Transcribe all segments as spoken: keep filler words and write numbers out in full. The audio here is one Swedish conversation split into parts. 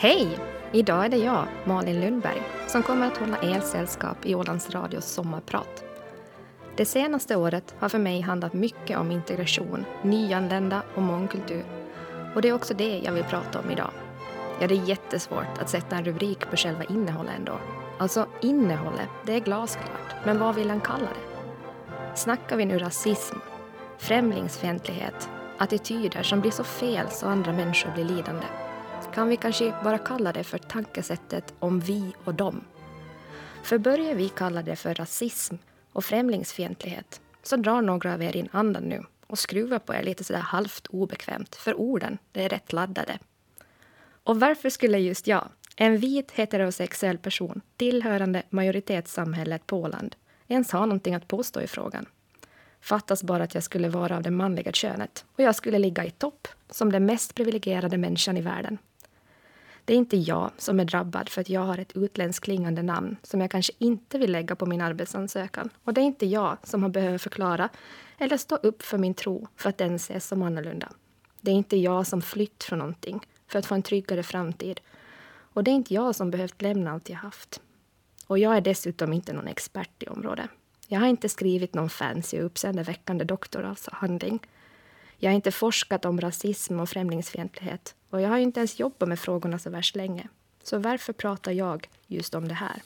Hej! Idag är det jag, Malin Lundberg, som kommer att hålla er sällskap i Ålands Radios sommarprat. Det senaste året har för mig handlat mycket om integration, nyanlända och mångkultur. Och det är också det jag vill prata om idag. Ja, det är jättesvårt att sätta en rubrik på själva innehållet ändå. Alltså innehållet, det är glasklart. Men vad vill han kalla det? Snackar vi nu rasism, främlingsfientlighet, attityder som blir så fel så andra människor blir lidande? Kan vi kanske bara kalla det för tankesättet om vi och dem? För börjar vi kalla det för rasism och främlingsfientlighet så drar några av er in andan nu och skruvar på er lite sådär halvt obekvämt, för orden, det är rätt laddade. Och varför skulle just jag, en vit heterosexuell person tillhörande majoritetssamhället på Åland, ens ha någonting att påstå i frågan? Fattas bara att jag skulle vara av det manliga könet och jag skulle ligga i topp som den mest privilegierade människan i världen. Det är inte jag som är drabbad för att jag har ett utländskt klingande namn som jag kanske inte vill lägga på min arbetsansökan. Och det är inte jag som har behövt förklara eller stå upp för min tro för att den ses som annorlunda. Det är inte jag som flytt från någonting för att få en tryggare framtid. Och det är inte jag som behövt lämna allt jag haft. Och jag är dessutom inte någon expert i området. Jag har inte skrivit någon fancy och uppseendeväckande doktorsavhandling. Jag har inte forskat om rasism och främlingsfientlighet. Och jag har inte ens jobbat med frågorna så värst länge. Så varför pratar jag just om det här?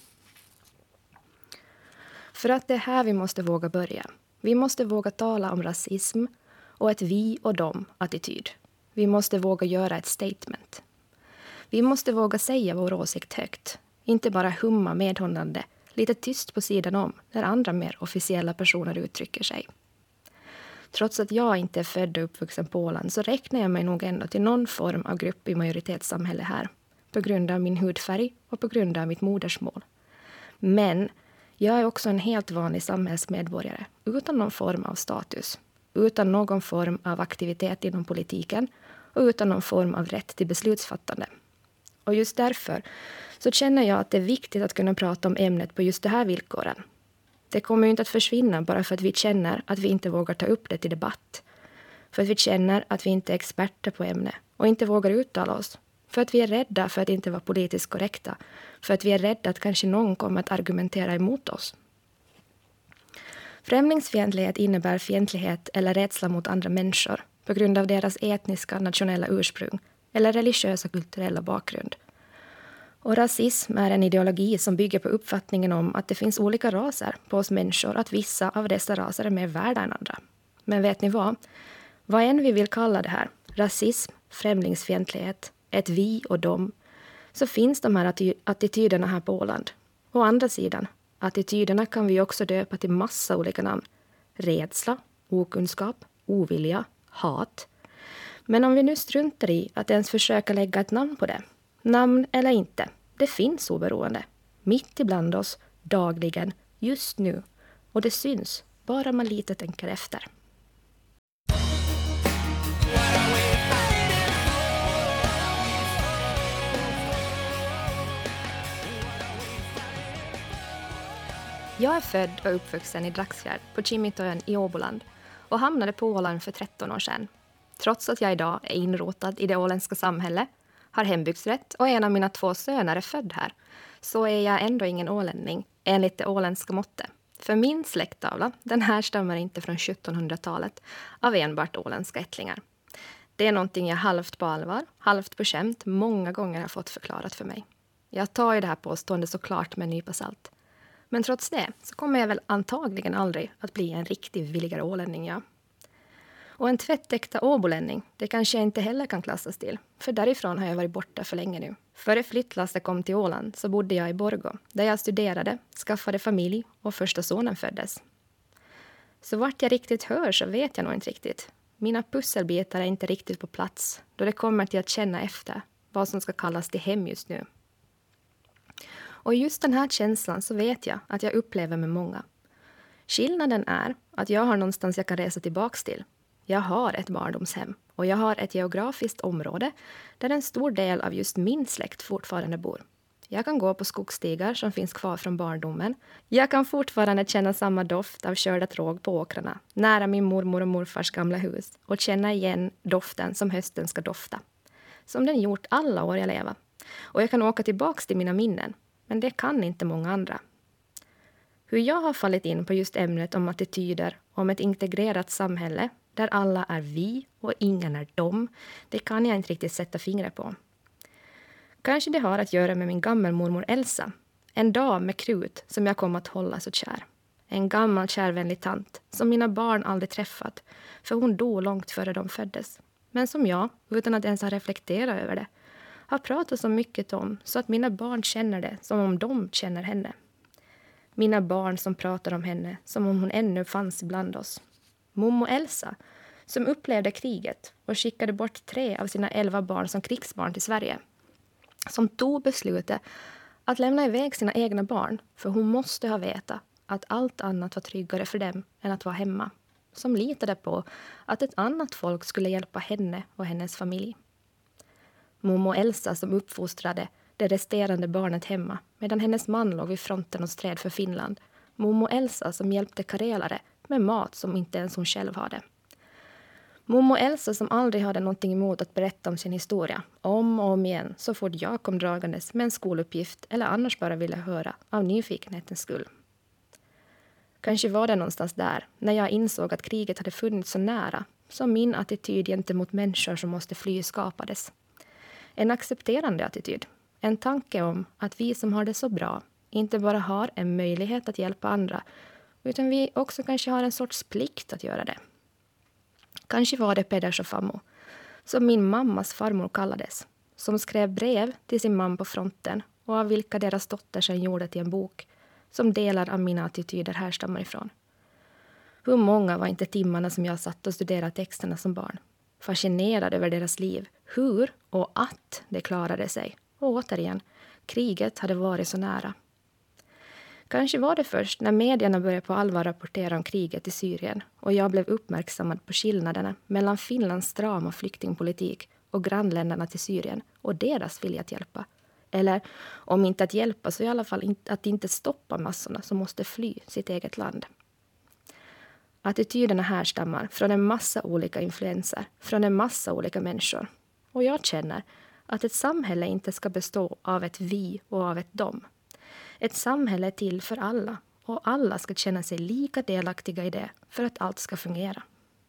För att det är här vi måste våga börja. Vi måste våga tala om rasism och ett vi och dem-attityd. Vi måste våga göra ett statement. Vi måste våga säga vår åsikt högt. Inte bara humma medhållande, lite tyst på sidan om när andra mer officiella personer uttrycker sig. Trots att jag inte är född och uppvuxen på Åland så räknar jag mig nog ändå till någon form av grupp i majoritetssamhället här. På grund av min hudfärg och på grund av mitt modersmål. Men jag är också en helt vanlig samhällsmedborgare utan någon form av status. Utan någon form av aktivitet inom politiken och utan någon form av rätt till beslutsfattande. Och just därför så känner jag att det är viktigt att kunna prata om ämnet på just det här villkoren. Det kommer ju inte att försvinna bara för att vi känner att vi inte vågar ta upp det till debatt. För att vi känner att vi inte är experter på ämnet och inte vågar uttala oss. För att vi är rädda för att inte vara politiskt korrekta. För att vi är rädda att kanske någon kommer att argumentera emot oss. Främlingsfientlighet innebär fientlighet eller rädsla mot andra människor på grund av deras etniska nationella ursprung eller religiösa kulturella bakgrund. Och rasism är en ideologi som bygger på uppfattningen om att det finns olika raser på oss människor, att vissa av dessa raser är mer värda än andra. Men vet ni vad? Vad än vi vill kalla det här, rasism, främlingsfientlighet, ett vi och dem, så finns de här atty- attityderna här på Åland. Å andra sidan, attityderna kan vi också döpa till massa olika namn. Rädsla, okunskap, ovilja, hat. Men om vi nu struntar i att ens försöka lägga ett namn på det, namn eller inte, det finns oberoende. Mitt ibland oss, dagligen, just nu. Och det syns, bara man lite tänker efter. Jag är född och uppvuxen i Dragsfjärd på Kimitoön i Åboland och hamnade på Åland för tretton år sedan. Trots att jag idag är inrotad i det åländska samhället, har hembygdsrätt och en av mina två söner är född här, så är jag ändå ingen ålänning enligt det åländska måttet. För min släkttavla, den här stammar inte från sjuttonhundratalet av enbart åländska ättlingar. Det är någonting jag halvt på allvar, halvt på skämt många gånger har fått förklarat för mig. Jag tar ju det här påståendet såklart med en nypa salt. Men trots det så kommer jag väl antagligen aldrig att bli en riktigt villigare ålänning, ja. Och en tvättäkta åbolänning, det kanske jag inte heller kan klassas till. För därifrån har jag varit borta för länge nu. Före flyttlasset kom till Åland så bodde jag i Borgå, där jag studerade, skaffade familj och första sonen föddes. Så vart jag riktigt hör så vet jag nog inte riktigt. Mina pusselbitar är inte riktigt på plats då det kommer till att känna efter vad som ska kallas till hem just nu. Och just den här känslan så vet jag att jag upplever med många. Skillnaden är att jag har någonstans jag kan resa tillbaks till. Jag har ett barndomshem och jag har ett geografiskt område där en stor del av just min släkt fortfarande bor. Jag kan gå på skogsstigar som finns kvar från barndomen. Jag kan fortfarande känna samma doft av kördat råg på åkrarna, nära min mormor och morfars gamla hus och känna igen doften som hösten ska dofta. Som den gjort alla år jag lever. Och jag kan åka tillbaka till mina minnen, men det kan inte många andra. Hur jag har fallit in på just ämnet om attityder, om ett integrerat samhälle där alla är vi och ingen är dem, det kan jag inte riktigt sätta fingret på. Kanske det har att göra med min gammelmormor Elsa, en dam med krut som jag kom att hålla så kär. En gammal kärvänlig tant som mina barn aldrig träffat, för hon dog långt före de föddes. Men som jag, utan att ens ha reflekterat över det, har pratat så mycket om så att mina barn känner det som om de känner henne. Mina barn som pratar om henne som om hon ännu fanns bland oss. Mommo Elsa, som upplevde kriget och skickade bort tre av sina elva barn som krigsbarn till Sverige. Som tog beslutet att lämna iväg sina egna barn, för hon måste ha vetat att allt annat var tryggare för dem än att vara hemma. Som litade på att ett annat folk skulle hjälpa henne och hennes familj. Mommo Elsa som uppfostrade det resterande barnet hemma medan hennes man låg vid fronten och stred för Finland. Mommo Elsa som hjälpte karelare med mat som inte ens hon själv hade. Mommo Elsa som aldrig hade någonting emot att berätta om sin historia. Om och om igen så fort jag kom dragandes med en skoluppgift eller annars bara ville höra av nyfikenhetens skull. Kanske var det någonstans där, när jag insåg att kriget hade funnits så nära, som min attityd gentemot människor som måste fly skapades. En accepterande attityd. En tanke om att vi som har det så bra inte bara har en möjlighet att hjälpa andra, utan vi också kanske har en sorts plikt att göra det. Kanske var det Peders och Fammo, som min mammas farmor kallades, som skrev brev till sin man på fronten och av vilka deras dotter sen gjorde till en bok, som delar av mina attityder härstammar ifrån. Hur många var inte timmarna som jag satt och studerade texterna som barn. Fascinerad över deras liv, hur och att det klarade sig. Och återigen, kriget hade varit så nära. Kanske var det först när medierna började på allvar rapportera om kriget i Syrien och jag blev uppmärksammad på skillnaderna mellan Finlands strama flyktingpolitik och grannländerna till Syrien och deras vilja att hjälpa. Eller om inte att hjälpa så i alla fall att inte stoppa massorna som måste fly sitt eget land. Attityderna härstammar från en massa olika influenser, från en massa olika människor. Och jag känner att ett samhälle inte ska bestå av ett vi och av ett dom. Ett samhälle är till för alla och alla ska känna sig lika delaktiga i det för att allt ska fungera.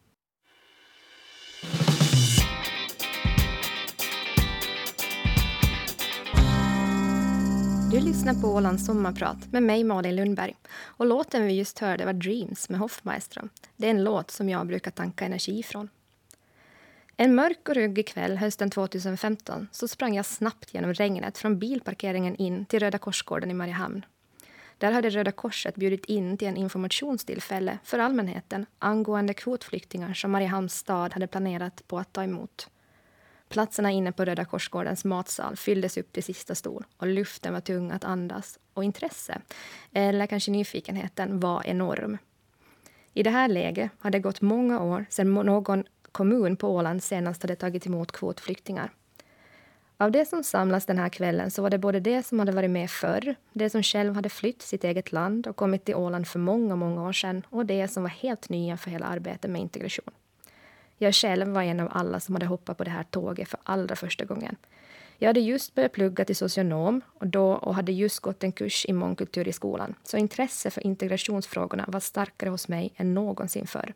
Du lyssnar på Ålands sommarprat med mig Malin Lundberg. Och låten vi just hörde var Dreams med Hoffmeister. Det är en låt som jag brukar tanka energi ifrån. En mörk och ruggig kväll hösten tjugohundrafemton så sprang jag snabbt genom regnet från bilparkeringen in till Röda Korsgården i Mariehamn. Där hade Röda Korset bjudit in till en informationstillfälle för allmänheten angående kvotflyktingar som Mariehamns stad hade planerat på att ta emot. Platserna inne på Röda Korsgårdens matsal fylldes upp till sista stol och luften var tung att andas och intresse, eller kanske nyfikenheten, var enorm. I det här läget hade det gått många år sedan någon kommun på Åland senast hade tagit emot kvotflyktingar. Av det som samlas den här kvällen så var det både det som hade varit med förr, det som själv hade flytt sitt eget land och kommit till Åland för många, många år sedan och det som var helt nya för hela arbetet med integration. Jag själv var en av alla som hade hoppat på det här tåget för allra första gången. Jag hade just börjat plugga till socionom och då och hade just gått en kurs i mångkultur i skolan. Så intresse för integrationsfrågorna var starkare hos mig än någonsin förr.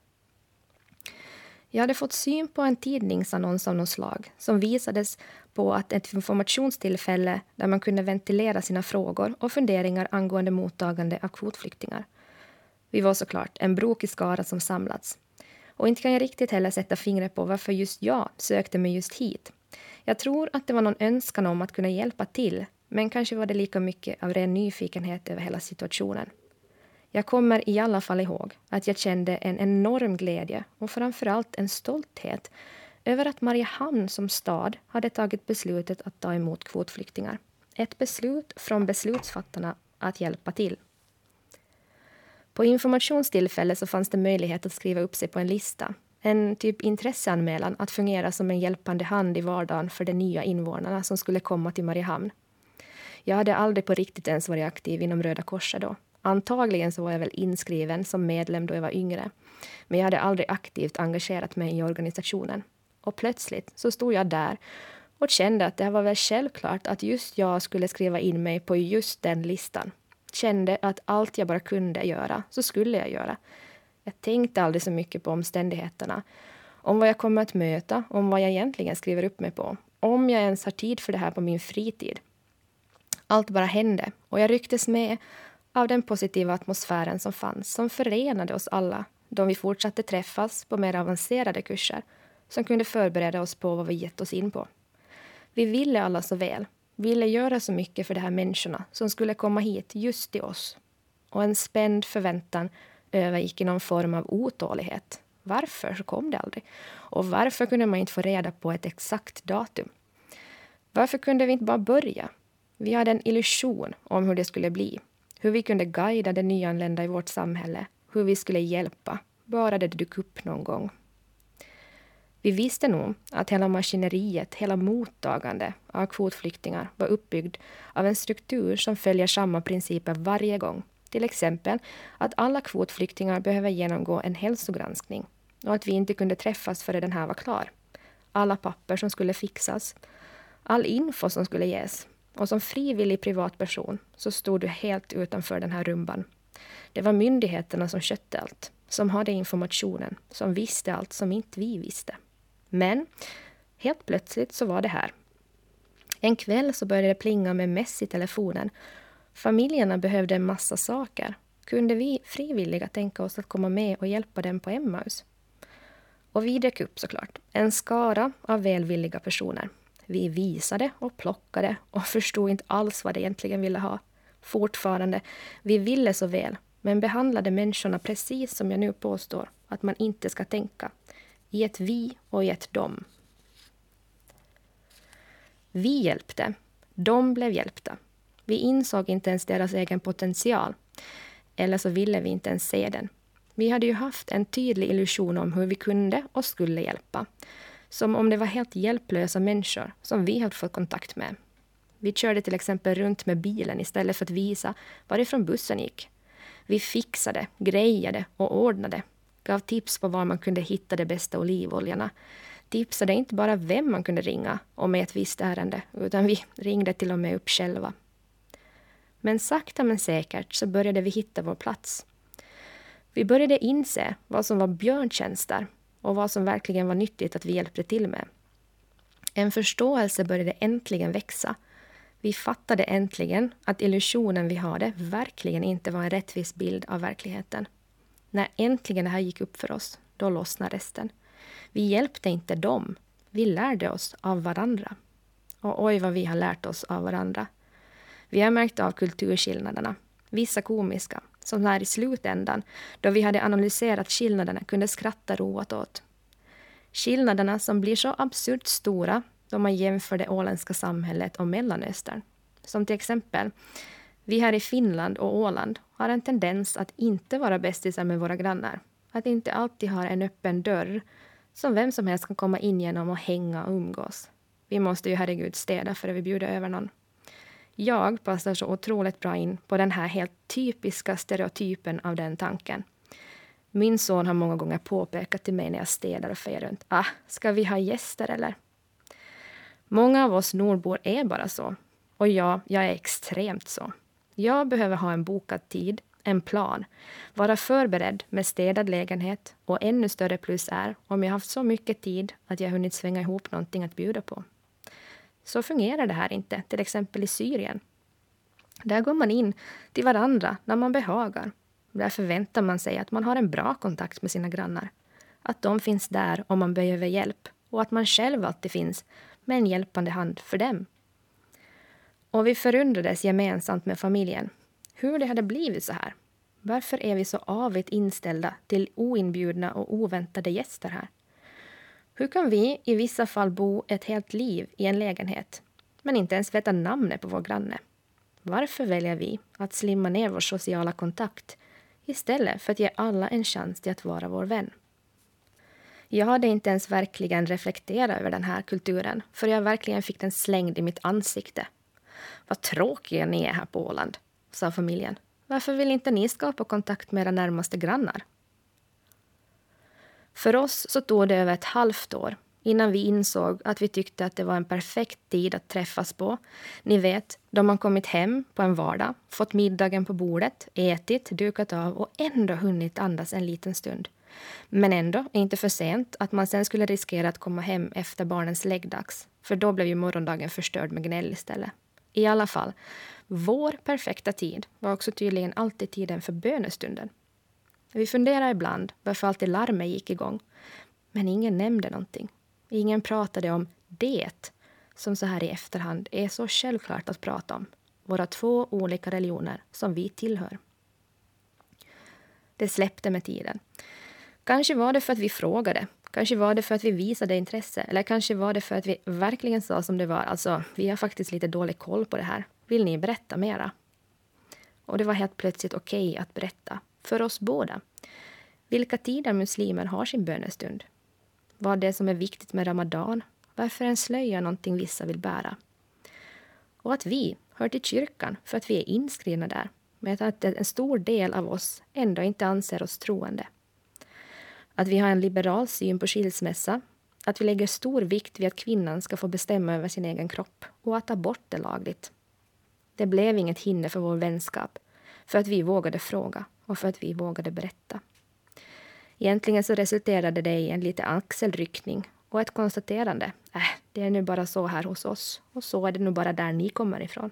Jag hade fått syn på en tidningsannons av någon slag som visades på att ett informationstillfälle där man kunde ventilera sina frågor och funderingar angående mottagande av kvotflyktingar. Vi var såklart en brokig skara som samlats. Och inte kan jag riktigt heller sätta fingret på varför just jag sökte mig just hit. Jag tror att det var någon önskan om att kunna hjälpa till, men kanske var det lika mycket av ren nyfikenhet över hela situationen. Jag kommer i alla fall ihåg att jag kände en enorm glädje och framförallt en stolthet över att Mariehamn som stad hade tagit beslutet att ta emot kvotflyktingar. Ett beslut från beslutsfattarna att hjälpa till. På informationstillfälle så fanns det möjlighet att skriva upp sig på en lista. En typ intresseanmälan att fungera som en hjälpande hand i vardagen för de nya invånarna som skulle komma till Mariehamn. Jag hade aldrig på riktigt ens varit aktiv inom Röda Korset då. Antagligen så var jag väl inskriven som medlem då jag var yngre. Men jag hade aldrig aktivt engagerat mig i organisationen. Och plötsligt så stod jag där och kände att det var väl självklart att just jag skulle skriva in mig på just den listan. Kände att allt jag bara kunde göra, så skulle jag göra. Jag tänkte aldrig så mycket på omständigheterna. Om vad jag kommer att möta, om vad jag egentligen skriver upp mig på. Om jag ens har tid för det här på min fritid. Allt bara hände och jag rycktes med av den positiva atmosfären som fanns, som förenade oss alla då vi fortsatte träffas på mer avancerade kurser som kunde förbereda oss på vad vi gett oss in på. Vi ville alla så väl, ville göra så mycket för de här människorna som skulle komma hit just till oss. Och en spänd förväntan övergick i någon form av otålighet. Varför så kom det aldrig? Och varför kunde man inte få reda på ett exakt datum? Varför kunde vi inte bara börja? Vi hade en illusion om hur det skulle bli. Hur vi kunde guida de nyanlända i vårt samhälle. Hur vi skulle hjälpa. Bara det dök upp någon gång. Vi visste nog att hela maskineriet, hela mottagande av kvotflyktingar var uppbyggd av en struktur som följer samma principer varje gång. Till exempel att alla kvotflyktingar behöver genomgå en hälsogranskning och att vi inte kunde träffas före den här var klar. Alla papper som skulle fixas, all info som skulle ges. Och som frivillig privatperson så stod du helt utanför den här rumban. Det var myndigheterna som skötte allt, som hade informationen, som visste allt som inte vi visste. Men helt plötsligt så var det här. En kväll så började det plinga med mess i telefonen. Familjerna behövde en massa saker. Kunde vi frivilliga tänka oss att komma med och hjälpa dem på Emmaus? Och vi dök upp såklart. En skara av välvilliga personer. Vi visade och plockade och förstod inte alls vad de egentligen ville ha. Fortfarande, vi ville så väl, men behandlade människorna precis som jag nu påstår att man inte ska tänka. I ett vi och i ett dom. Vi hjälpte. De blev hjälpta. Vi insåg inte ens deras egen potential. Eller så ville vi inte ens se den. Vi hade ju haft en tydlig illusion om hur vi kunde och skulle hjälpa. Som om det var helt hjälplösa människor som vi hade fått kontakt med. Vi körde till exempel runt med bilen istället för att visa varifrån bussen gick. Vi fixade, grejade och ordnade. Gav tips på var man kunde hitta de bästa olivoljorna. Tipsade inte bara vem man kunde ringa om med ett visst ärende, utan vi ringde till och med upp själva. Men sakta men säkert så började vi hitta vår plats. Vi började inse vad som var björntjänster och vad som verkligen var nyttigt att vi hjälpte till med. En förståelse började äntligen växa. Vi fattade äntligen att illusionen vi hade verkligen inte var en rättvis bild av verkligheten. När äntligen det här gick upp för oss, då lossnade resten. Vi hjälpte inte dem. Vi lärde oss av varandra. Och oj vad vi har lärt oss av varandra. Vi har märkt av kulturskillnaderna. Vissa komiska, som när i slutändan, då vi hade analyserat skillnaderna, kunde skratta roat åt. Skillnaderna som blir så absurt stora då man jämför det åländska samhället och Mellanöstern. Som till exempel, vi här i Finland och Åland har en tendens att inte vara bästisar med våra grannar. Att inte alltid ha en öppen dörr som vem som helst kan komma in genom och hänga och umgås. Vi måste ju herregud städa för att vi bjuder över någon. Jag passar så otroligt bra in på den här helt typiska stereotypen av den tanken. Min son har många gånger påpekat till mig när jag städar och fejar runt. Ah, ska vi ha gäster eller? Många av oss nordbor är bara så. Och ja, jag är extremt så. Jag behöver ha en bokad tid, en plan. Vara förberedd med städad lägenhet och ännu större plus är om jag haft så mycket tid att jag hunnit svänga ihop någonting att bjuda på. Så fungerar det här inte, till exempel i Syrien. Där går man in till varandra när man behagar. Där förväntar man sig att man har en bra kontakt med sina grannar. Att de finns där om man behöver hjälp och att man själv alltid finns med en hjälpande hand för dem. Och vi förundrades gemensamt med familjen hur det hade blivit så här. Varför är vi så avigt inställda till oinbjudna och oväntade gäster här? Hur kan vi i vissa fall bo ett helt liv i en lägenhet men inte ens veta namnet på vår granne? Varför väljer vi att slimma ner vår sociala kontakt istället för att ge alla en chans till att vara vår vän? Jag hade inte ens verkligen reflekterat över den här kulturen för jag verkligen fick den slängd i mitt ansikte. Vad tråkiga ni är här på Åland, sa familjen. Varför vill inte ni skapa kontakt med era närmaste grannar? För oss så tog det över ett halvt år innan vi insåg att vi tyckte att det var en perfekt tid att träffas på. Ni vet, då man kommit hem på en vardag, fått middagen på bordet, ätit, dukat av och ändå hunnit andas en liten stund. Men ändå inte för sent att man sen skulle riskera att komma hem efter barnens läggdags. För då blev ju morgondagen förstörd med gnäll istället. I alla fall, vår perfekta tid var också tydligen alltid tiden för bönestunden. Vi funderar ibland varför alltid larmet gick igång. Men ingen nämnde någonting. Ingen pratade om det, som så här i efterhand är så självklart att prata om. Våra två olika religioner som vi tillhör. Det släppte med tiden. Kanske var det för att vi frågade. Kanske var det för att vi visade intresse. Eller kanske var det för att vi verkligen sa som det var. Alltså, vi har faktiskt lite dålig koll på det här. Vill ni berätta mera? Och det var helt plötsligt okej att berätta. För oss båda. Vilka tider muslimer har sin bönestund? Vad det som är viktigt med Ramadan? Varför en slöja någonting vissa vill bära? Och att vi hör till kyrkan för att vi är inskrivna där. Men att en stor del av oss ändå inte anser oss troende. Att vi har en liberal syn på skilsmässa. Att vi lägger stor vikt vid att kvinnan ska få bestämma över sin egen kropp. Och att abort är lagligt. Det blev inget hinder för vår vänskap. För att vi vågade fråga. Och för att vi vågade berätta. Egentligen så resulterade det i en lite axelryckning. Och ett konstaterande. Äh, det är nu bara så här hos oss. Och så är det nu bara där ni kommer ifrån.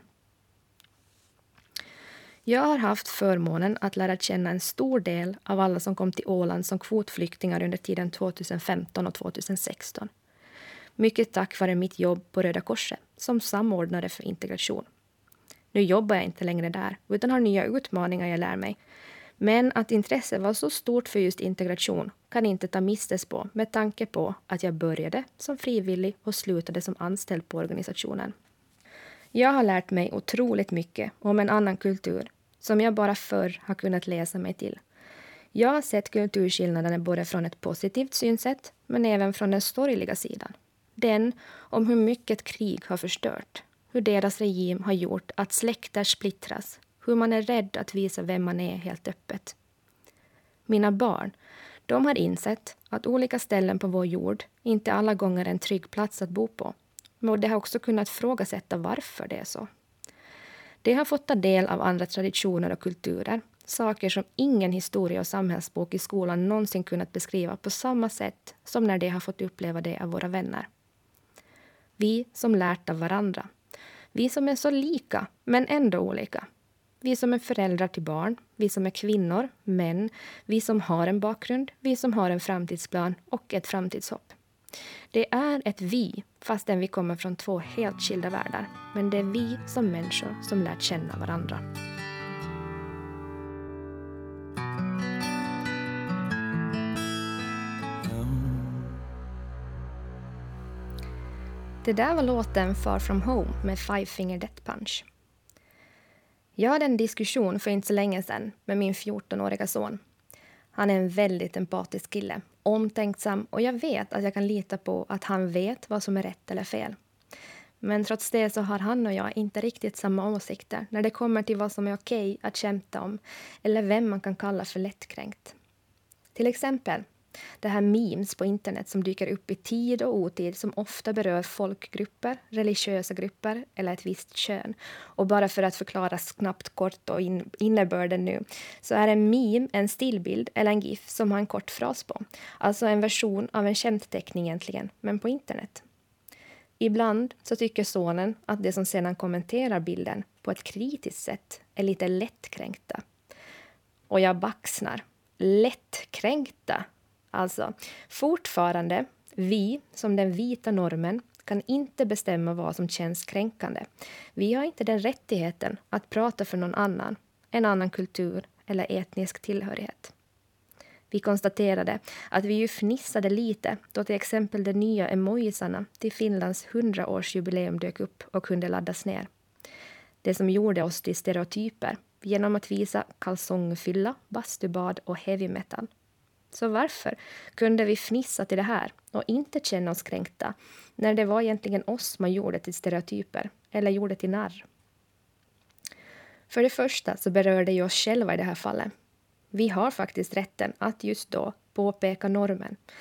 Jag har haft förmånen att lära känna en stor del av alla som kom till Åland som kvotflyktingar under tiden tjugohundrafemton och tjugohundrasexton. Mycket tack vare mitt jobb på Röda Korset som samordnare för integration. Nu jobbar jag inte längre där utan har nya utmaningar jag lär mig. Men att intresset var så stort för just integration kan inte ta mistes på med tanke på att jag började som frivillig och slutade som anställd på organisationen. Jag har lärt mig otroligt mycket om en annan kultur som jag bara förr har kunnat läsa mig till. Jag har sett kulturskillnaderna både från ett positivt synsätt men även från den sorgliga sidan. Den om hur mycket krig har förstört, hur deras regim har gjort att släkter splittras, hur man är rädd att visa vem man är helt öppet. Mina barn, de har insett att olika ställen på vår jord inte alla gånger är en trygg plats att bo på. Men det har också kunnat frågasätta varför det är så. De har fått ta del av andra traditioner och kulturer. Saker som ingen historia- och samhällsbok i skolan någonsin kunnat beskriva på samma sätt som när de har fått uppleva det av våra vänner. Vi som lärt av varandra. Vi som är så lika men ändå olika. Vi som är föräldrar till barn. Vi som är kvinnor, män. Vi som har en bakgrund. Vi som har en framtidsplan och ett framtidshopp. Det är ett vi, fastän vi kommer från två helt skilda världar. Men det är vi som människor som lärt känna varandra. Det där var låten Far From Home med Five Finger Death Punch. Jag hade en diskussion för inte så länge sedan med min fjortonåriga son. Han är en väldigt empatisk kille, omtänksam och jag vet att jag kan lita på att han vet vad som är rätt eller fel. Men trots det så har han och jag inte riktigt samma åsikter när det kommer till vad som är okej att kämpa om eller vem man kan kalla för lättkränkt. Till exempel det här memes på internet som dyker upp i tid och otid som ofta berör folkgrupper, religiösa grupper eller ett visst kön. Och bara för att förklara snabbt, kort och in, innebörden nu så är en meme en stillbild eller en gif som har en kort fras på. Alltså en version av en skämtteckning egentligen, men på internet. Ibland så tycker sonen att det som sedan kommenterar bilden på ett kritiskt sätt är lite lättkränkta. Och jag baxnar. Lättkränkta. Alltså, fortfarande, vi som den vita normen kan inte bestämma vad som känns kränkande. Vi har inte den rättigheten att prata för någon annan, en annan kultur eller etnisk tillhörighet. Vi konstaterade att vi ju fnissade lite då till exempel de nya emojisarna till Finlands hundraårsjubileum dök upp och kunde laddas ner. Det som gjorde oss till stereotyper genom att visa kalsongfylla, bastubad och heavy metal. Så varför kunde vi fnissa till det här och inte känna oss kränkta när det var egentligen oss man gjorde till stereotyper eller gjorde till narr? För det första så berör det ju oss själva i det här fallet. Vi har faktiskt rätten att just då påpeka normen.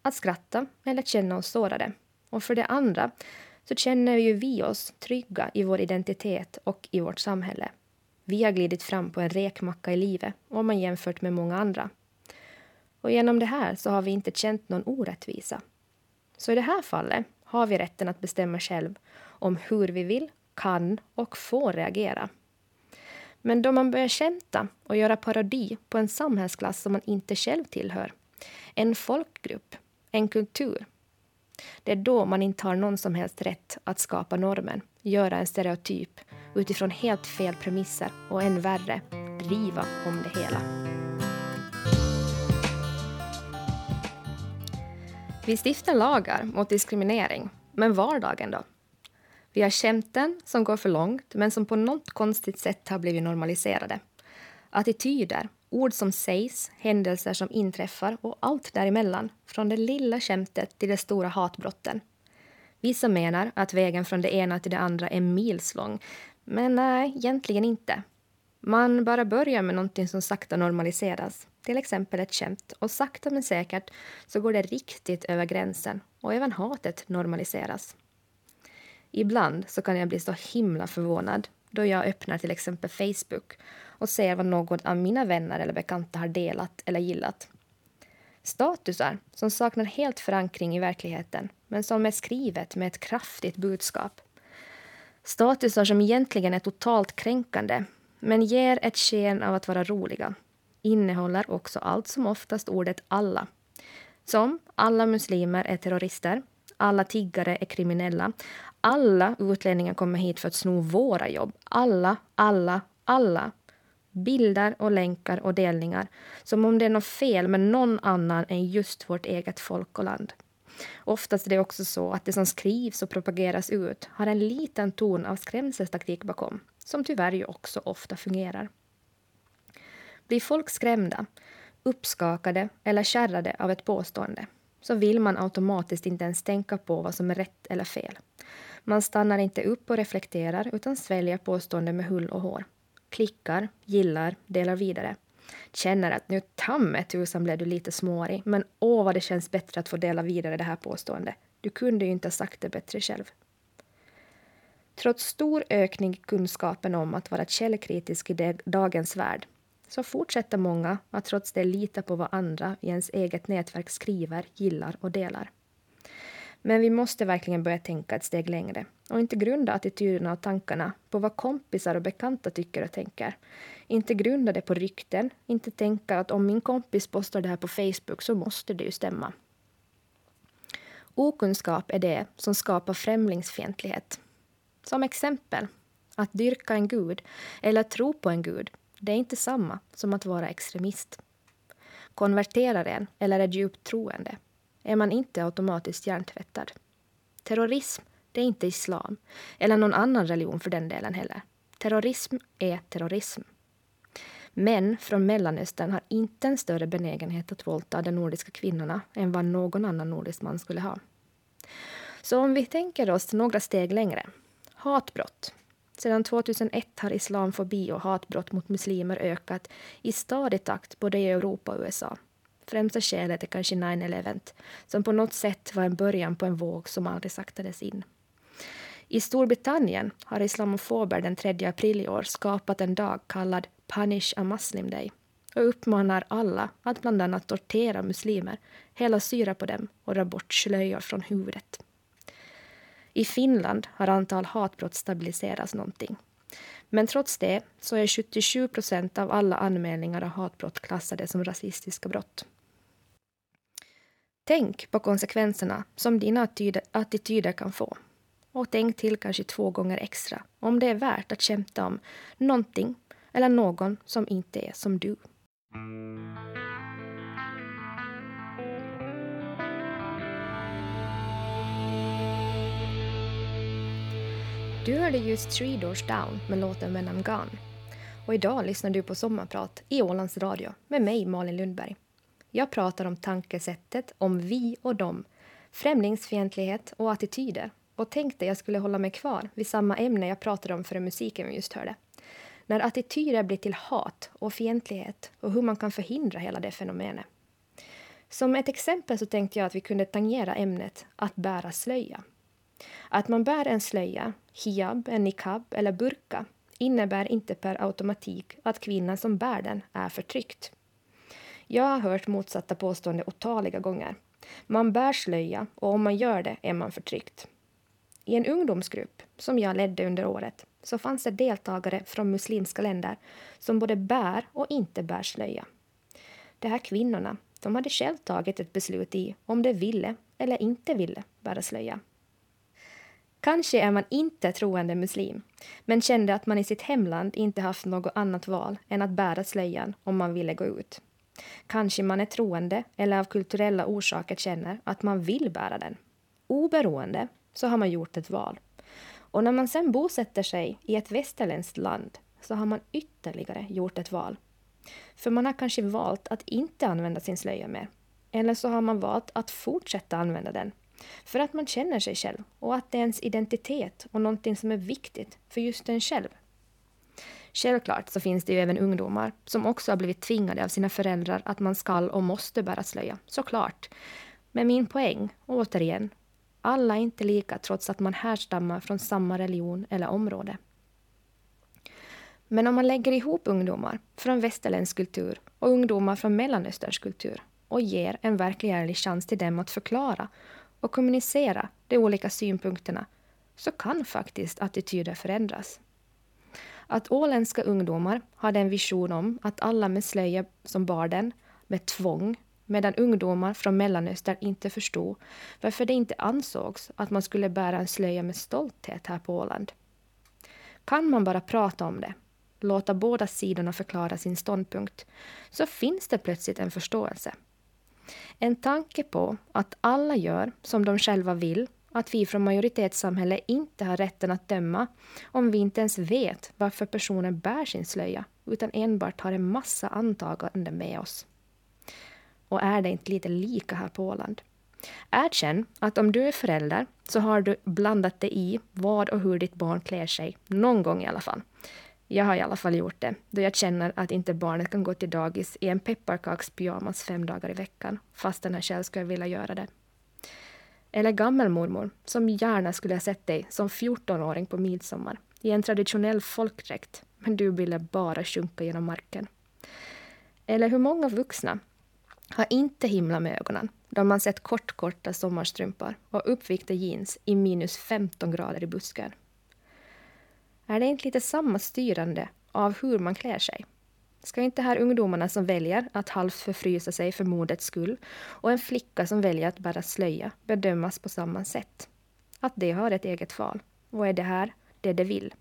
att skratta eller känna oss sårade. Och för det andra så känner ju vi oss trygga i vår identitet och i vårt samhälle. Vi har glidit fram på en räkmacka i livet om man jämfört med många andra. Och genom det här så har vi inte känt någon orättvisa. Så i det här fallet har vi rätten att bestämma själv om hur vi vill, kan och får reagera. Men då man börjar skämta och göra parodi på en samhällsklass som man inte själv tillhör, en folkgrupp, en kultur, det är då man inte har någon som helst rätt att skapa normen, göra en stereotyp utifrån helt fel premisser och än värre, driva om det hela. Vi stiftar lagar mot diskriminering, men vardagen då? Vi har skämten som går för långt men som på något konstigt sätt har blivit normaliserade. Attityder, ord som sägs, händelser som inträffar och allt däremellan, från det lilla skämtet till de stora hatbrotten. Vissa menar att vägen från det ena till det andra är milslång, men nej, egentligen inte. Man bara börjar med någonting som sakta normaliseras, till exempel ett skämt, och sakta men säkert så går det riktigt över gränsen och även hatet normaliseras. Ibland så kan jag bli så himla förvånad då jag öppnar till exempel Facebook och ser vad någon av mina vänner eller bekanta har delat eller gillat. Statusar som saknar helt förankring i verkligheten men som är skrivet med ett kraftigt budskap. Statusar som egentligen är totalt kränkande men ger ett sken av att vara roliga. Innehåller också allt som oftast ordet alla. Som alla muslimer är terrorister, alla tiggare är kriminella, alla utlänningar kommer hit för att sno våra jobb. Alla, alla, alla. Bilder och länkar och delningar. Som om det är något fel med någon annan än just vårt eget folk och land. Oftast är det också så att det som skrivs och propageras ut har en liten ton av skrämseltaktik bakom. Som tyvärr ju också ofta fungerar. Blir folk skrämda, uppskakade eller kärrade av ett påstående så vill man automatiskt inte ens tänka på vad som är rätt eller fel. Man stannar inte upp och reflekterar utan sväljer påstående med hull och hår. Klickar, gillar, delar vidare. Känner att nu tamme tusan blev du lite smårig, men åh vad det känns bättre att få dela vidare det här påståendet. Du kunde ju inte ha sagt det bättre själv. Trots stor ökning i kunskapen om att vara källkritisk i dagens värld så fortsätter många att trots det lita på vad andra i ens eget nätverk skriver, gillar och delar. Men vi måste verkligen börja tänka ett steg längre och inte grunda attityderna och tankarna på vad kompisar och bekanta tycker och tänker. Inte grunda det på rykten, inte tänka att om min kompis postar det här på Facebook så måste det ju stämma. Okunskap är det som skapar främlingsfientlighet. Som exempel, att dyrka en gud eller tro på en gud, det är inte samma som att vara extremist. Konverterar en eller är djupt troende är man inte automatiskt hjärntvättad. Terrorism, det är inte islam, eller någon annan religion för den delen heller. Terrorism är terrorism. Män från Mellanöstern har inte en större benägenhet att våldta de nordiska kvinnorna än vad någon annan nordisk man skulle ha. Så om vi tänker oss några steg längre. Hatbrott. Sedan tjugohundraett har islamfobi och hatbrott mot muslimer ökat i stadig takt både i Europa och U S A. Främsta skälet är kanske nine eleven, som på något sätt var en början på en våg som aldrig saktades in. I Storbritannien har islamofober den tredje april i år skapat en dag kallad Punish a Muslim Day och uppmanar alla att bland annat tortera muslimer, hälla syra på dem och dra bort slöjor från huvudet. I Finland har antal hatbrott stabiliserats någonting. Men trots det så är sjuttiosju procent av alla anmälningar av hatbrott klassade som rasistiska brott. Tänk på konsekvenserna som dina attityder kan få. Och tänk till kanske två gånger extra om det är värt att kämpa om någonting eller någon som inte är som du. Du hörde just Three Doors Down med låten When I'm Gone. Och idag lyssnar du på Sommarprat i Ålands Radio med mig Malin Lundberg. Jag pratar om tankesättet, om vi och dem, främlingsfientlighet och attityder. Och tänkte jag skulle hålla mig kvar vid samma ämne jag pratade om för musiken vi just hörde. När attityder blir till hat och fientlighet och hur man kan förhindra hela det fenomenet. Som ett exempel så tänkte jag att vi kunde tangera ämnet att bära slöja. Att man bär en slöja, hijab, en niqab eller burka innebär inte per automatik att kvinnan som bär den är förtryckt. Jag har hört motsatta påstående otaliga gånger. Man bär slöja och om man gör det är man förtryckt. I en ungdomsgrupp som jag ledde under året så fanns det deltagare från muslimska länder som både bär och inte bär slöja. De här kvinnorna, de hade själv tagit ett beslut i om de ville eller inte ville bära slöja. Kanske är man inte troende muslim, men kände att man i sitt hemland inte haft något annat val än att bära slöjan om man ville gå ut. Kanske man är troende eller av kulturella orsaker känner att man vill bära den. Oberoende så har man gjort ett val. Och när man sen bosätter sig i ett västerländskt land så har man ytterligare gjort ett val. För man har kanske valt att inte använda sin slöja mer. Eller så har man valt att fortsätta använda den. För att man känner sig själv och att det är ens identitet och någonting som är viktigt för just en själv. Självklart så finns det ju även ungdomar som också har blivit tvingade av sina föräldrar att man skall och måste bära slöja. Såklart. Men min poäng, återigen, alla är inte lika trots att man härstammar från samma religion eller område. Men om man lägger ihop ungdomar från västerländsk kultur och ungdomar från Mellanösterns kultur och ger en verklig ärlig chans till dem att förklara och kommunicera de olika synpunkterna så kan faktiskt attityder förändras. Att åländska ungdomar hade en vision om att alla med slöja som bar den med tvång, medan ungdomar från Mellanöstern inte förstod varför det inte ansågs att man skulle bära en slöja med stolthet här på Åland. Kan man bara prata om det, låta båda sidorna förklara sin ståndpunkt, så finns det plötsligt en förståelse. En tanke på att alla gör som de själva vill, att vi från majoritetssamhället inte har rätten att döma om vi inte ens vet varför personen bär sin slöja, utan enbart har en massa antaganden med oss. Och är det inte lite lika här på Åland? Erkänn att om du är förälder så har du blandat dig i vad och hur ditt barn klär sig, någon gång i alla fall. Jag har i alla fall gjort det, då jag känner att inte barnet kan gå till dagis i en pepparkakspyjamas fem dagar i veckan, fast den här själv skulle vilja göra det. Eller gammelmormor, som gärna skulle ha sett dig som fjortonåring på midsommar, i en traditionell folkdräkt, men du ville bara sjunka genom marken. Eller hur många vuxna har inte himla med ögonen, då man sett kortkorta sommarstrumpor och uppvikta jeans i minus femton grader i busken. Är det inte lite samma styrande av hur man klär sig? Ska inte här ungdomarna som väljer att halvt förfrysa sig för modets skull och en flicka som väljer att bära slöja bedömas på samma sätt? Att det har ett eget val. Och är det här det de vill?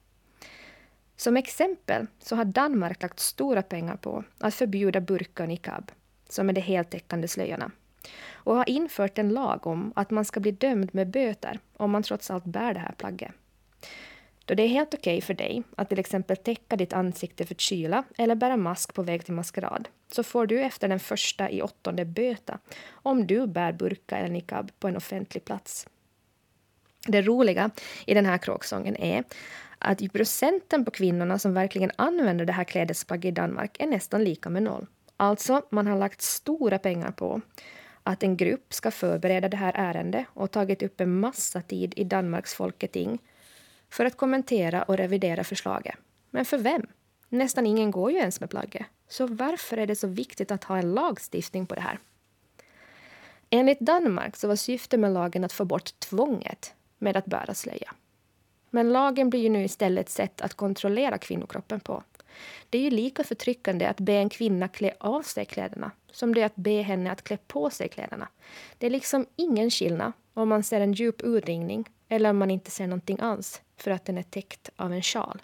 Som exempel så har Danmark lagt stora pengar på att förbjuda burka och niqab, som är de heltäckande slöjorna, och har infört en lag om att man ska bli dömd med böter om man trots allt bär det här plagget. Då det är helt okej för dig att till exempel täcka ditt ansikte för kyla eller bära mask på väg till maskerad, så får du efter den första i åttonde böta om du bär burka eller niqab på en offentlig plats. Det roliga i den här kråksången är att procenten på kvinnorna som verkligen använder det här klädesplagget i Danmark är nästan lika med noll. Alltså, man har lagt stora pengar på att en grupp ska förbereda det här ärendet och tagit upp en massa tid i Danmarks folketing för att kommentera och revidera förslaget. Men för vem? Nästan ingen går ju ens med plagget. Så varför är det så viktigt att ha en lagstiftning på det här? Enligt Danmark så var syftet med lagen att få bort tvånget med att bära slöja. Men lagen blir ju nu istället ett sätt att kontrollera kvinnokroppen på. Det är ju lika förtryckande att be en kvinna klä av sig kläderna som det är att be henne att klä på sig kläderna. Det är liksom ingen skillnad om man ser en djup urringning eller om man inte ser någonting alls för att den är täckt av en sjal.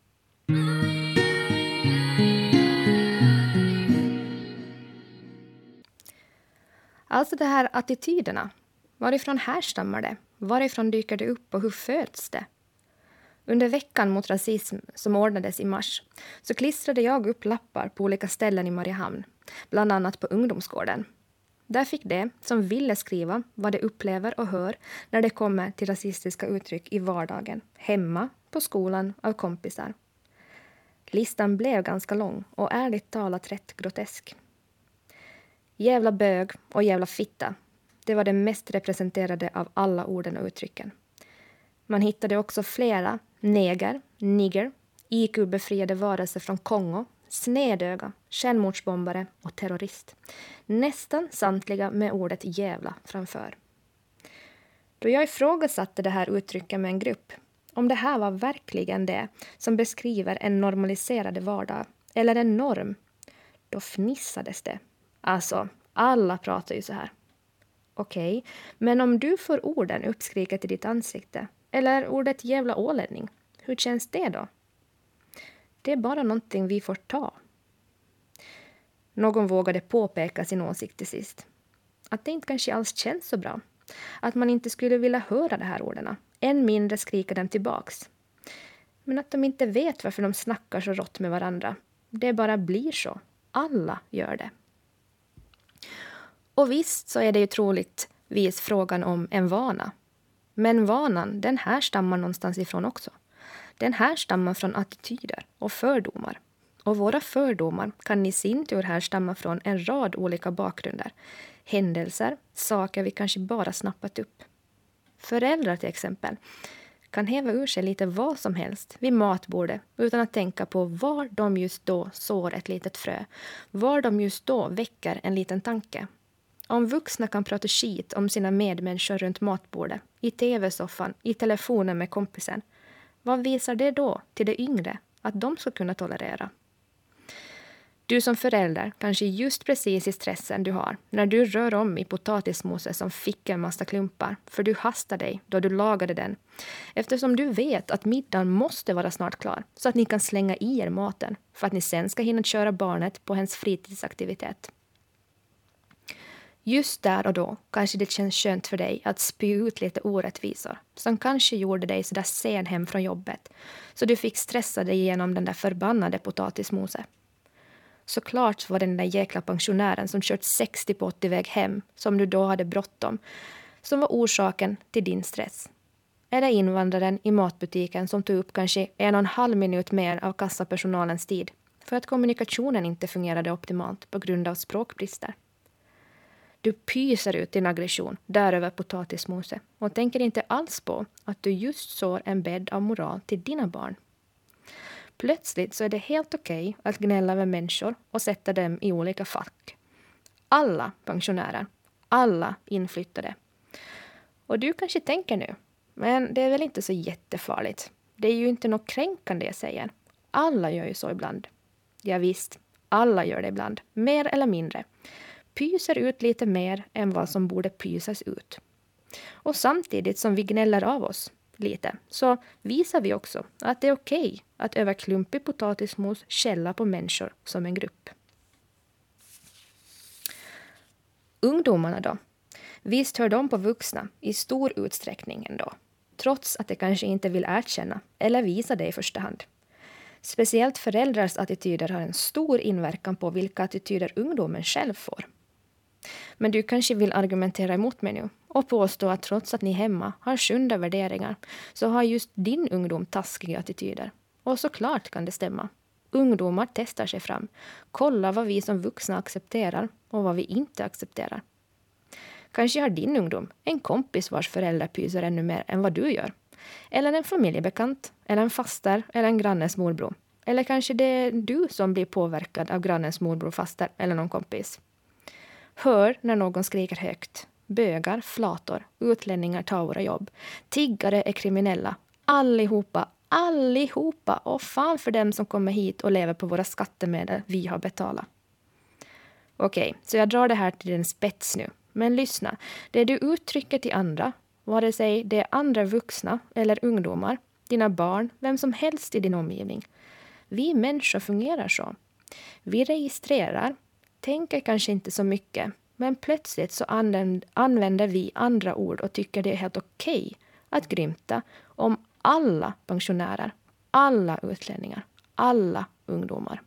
Alltså de här attityderna. Varifrån härstammar det? Varifrån dyker det upp och hur föds det? Under veckan mot rasism som ordnades i mars så klistrade jag upp lappar på olika ställen i Mariehamn, bland annat på ungdomsgården. Där fick de som ville skriva vad de upplever och hör när det kommer till rasistiska uttryck i vardagen, hemma, på skolan, av kompisar. Listan blev ganska lång och ärligt talat rätt grotesk. Jävla bög och jävla fitta. Det var det mest representerade av alla orden och uttrycken. Man hittade också flera neger, nigger, I Q-befriade varelser från Kongo, snedöga, självmordsbombare och terrorist. Nästan samtliga med ordet jävla framför. Då jag ifrågasatte det här uttrycket med en grupp, om det här var verkligen det som beskriver en normaliserad vardag eller en norm, då fnissades det. Alltså, alla pratar ju så här. Okej, okay, men om du får orden uppskriket i ditt ansikte, eller ordet jävla ålänning, hur känns det då? Det är bara någonting vi får ta. Någon vågade påpeka sin åsikt till sist. Att det inte kanske alls känns så bra. Att man inte skulle vilja höra de här orden. Än mindre skrika dem tillbaks. Men att de inte vet varför de snackar så rått med varandra. Det bara blir så. Alla gör det. Och visst så är det ju troligtvis frågan om en vana. Men vanan, den här stammar någonstans ifrån också. Den här stammar från attityder och fördomar. Och våra fördomar kan i sin tur här stamma från en rad olika bakgrunder. Händelser, saker vi kanske bara snappat upp. Föräldrar till exempel kan häva ur sig lite vad som helst vid matbordet utan att tänka på var de just då sår ett litet frö. Var de just då väcker en liten tanke. Om vuxna kan prata skit om sina medmänniskor runt matbordet, i tv-soffan, i telefonen med kompisen. Vad visar det då till det yngre att de ska kunna tolerera? Du som förälder kanske just precis i stressen du har när du rör om i potatismoset som fick en massa klumpar för du hastade dig då du lagade den. Eftersom du vet att middagen måste vara snart klar så att ni kan slänga i er maten för att ni sen ska hinna köra barnet på hennes fritidsaktivitet. Just där och då kanske det känns skönt för dig att spy ut lite orättvisor som kanske gjorde dig så där sen hem från jobbet så du fick stressa dig igenom den där förbannade potatismoset. Såklart var det den där jäkla pensionären som kört sextio på åttio-väg hem som du då hade bråttom som var orsaken till din stress. Eller invandraren i matbutiken som tog upp kanske en och en halv minut mer av kassapersonalens tid för att kommunikationen inte fungerade optimalt på grund av språkbrister. Du pyser ut din aggression där över potatismoset och tänker inte alls på att du just sår en bädd av moral till dina barn. Plötsligt så är det helt okej att gnälla med människor och sätta dem i olika fack. Alla pensionärer, alla inflyttade. Och du kanske tänker nu, men det är väl inte så jättefarligt. Det är ju inte något kränkande jag säger. Alla gör ju så ibland. Ja visst, alla gör det ibland, mer eller mindre. Pyser ut lite mer än vad som borde pysas ut. Och samtidigt som vi gnäller av oss lite så visar vi också att det är okej att över klumpig potatismos skälla på människor som en grupp. Ungdomarna då? Visst hör de på vuxna i stor utsträckning ändå. Trots att de kanske inte vill erkänna eller visa det i första hand. Speciellt föräldrars attityder har en stor inverkan på vilka attityder ungdomen själv får. Men du kanske vill argumentera emot mig nu och påstå att trots att ni hemma har sunda värderingar så har just din ungdom taskiga attityder. Och såklart kan det stämma. Ungdomar testar sig fram, kollar vad vi som vuxna accepterar och vad vi inte accepterar. Kanske har din ungdom en kompis vars föräldrar pyser ännu mer än vad du gör. Eller en familjebekant, eller en faster, eller en grannens morbror. Eller kanske det är du som blir påverkad av grannens morbror, faster eller någon kompis. Hör när någon skriker högt. Bögar, flator, utlänningar tar våra jobb. Tiggare är kriminella. Allihopa, allihopa. Och fan för dem som kommer hit och lever på våra skattemedel vi har betalat. Okej, så jag drar det här till en spets nu. Men lyssna, det du uttrycker till andra, vare sig det är andra vuxna eller ungdomar, dina barn, vem som helst i din omgivning. Vi människor fungerar så. Vi registrerar, tänker kanske inte så mycket, men plötsligt så använder vi andra ord och tycker det är helt okej att grymta om alla pensionärer, alla utlänningar, alla ungdomar.